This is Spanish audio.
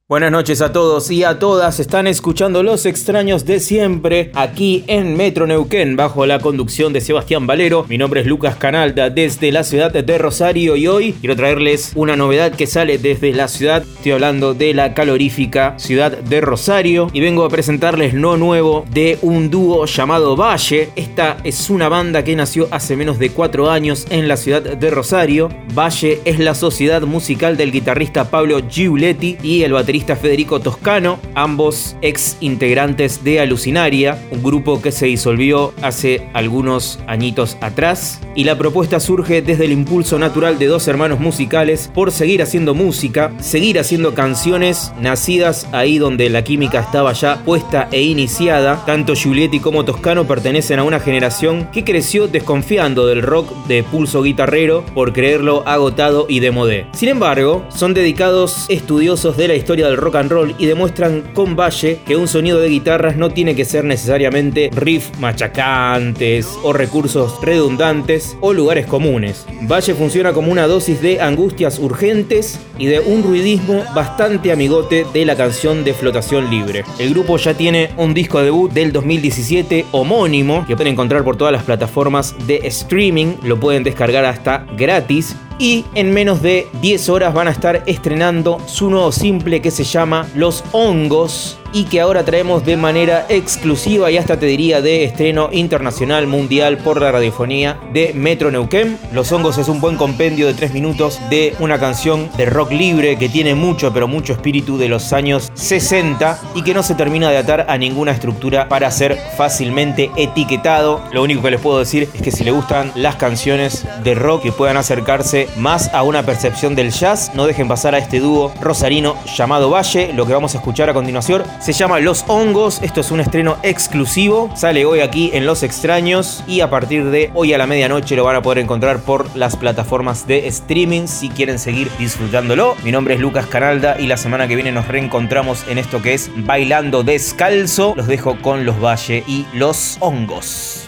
Buenas noches a todos y a todas, están escuchando Los Extraños de Siempre aquí en Metro Neuquén bajo la conducción de Sebastián Valero. Mi nombre es Lucas Canalda desde la ciudad de Rosario y hoy quiero traerles una novedad que sale desde la ciudad. Estoy hablando de la calorífica ciudad de Rosario y vengo a presentarles lo nuevo de un dúo llamado Valle. Esta es una banda que nació hace menos de 4 años en la ciudad de Rosario. Valle es la sociedad musical del guitarrista Pablo Giuletti y el baterista Federico Toscano, ambos ex integrantes de Alucinaria, un grupo que se disolvió hace algunos añitos atrás, y la propuesta surge desde el impulso natural de dos hermanos musicales por seguir haciendo música, seguir haciendo canciones nacidas ahí donde la química estaba ya puesta e iniciada. Tanto Giuletti como Toscano pertenecen a una generación que creció desconfiando del rock de pulso guitarrero por creerlo agotado y de modé. Sin embargo, son dedicados estudiosos de la historia del rock and roll y demuestran con Valle que un sonido de guitarras no tiene que ser necesariamente riff machacantes o recursos redundantes o lugares comunes. Valle funciona como una dosis de angustias urgentes y de un ruidismo bastante amigote de la canción de Flotación Libre. El grupo ya tiene un disco debut del 2017 homónimo que pueden encontrar por todas las plataformas de streaming, lo pueden descargar hasta gratis. Y en menos de 10 horas van a estar estrenando su nuevo simple que se llama Los Hongos y que ahora traemos de manera exclusiva y hasta te diría de estreno internacional mundial por la radiofonía de Metro Neuquén. Los Hongos es un buen compendio de 3 minutos de una canción de rock libre que tiene mucho pero mucho espíritu de los años 60 y que no se termina de atar a ninguna estructura para ser fácilmente etiquetado. Lo único que les puedo decir es que si les gustan las canciones de rock y puedan acercarse más a una percepción del jazz, no dejen pasar a este dúo rosarino llamado Valle. Lo que vamos a escuchar a continuación se llama Los Hongos. Esto es un estreno exclusivo, sale hoy aquí en Los Extraños y a partir de hoy a la medianoche lo van a poder encontrar por las plataformas de streaming si quieren seguir disfrutándolo. Mi nombre es Lucas Canalda y la semana que viene nos reencontramos en esto que es Bailando Descalzo. Los dejo con Los Valle y Los Hongos.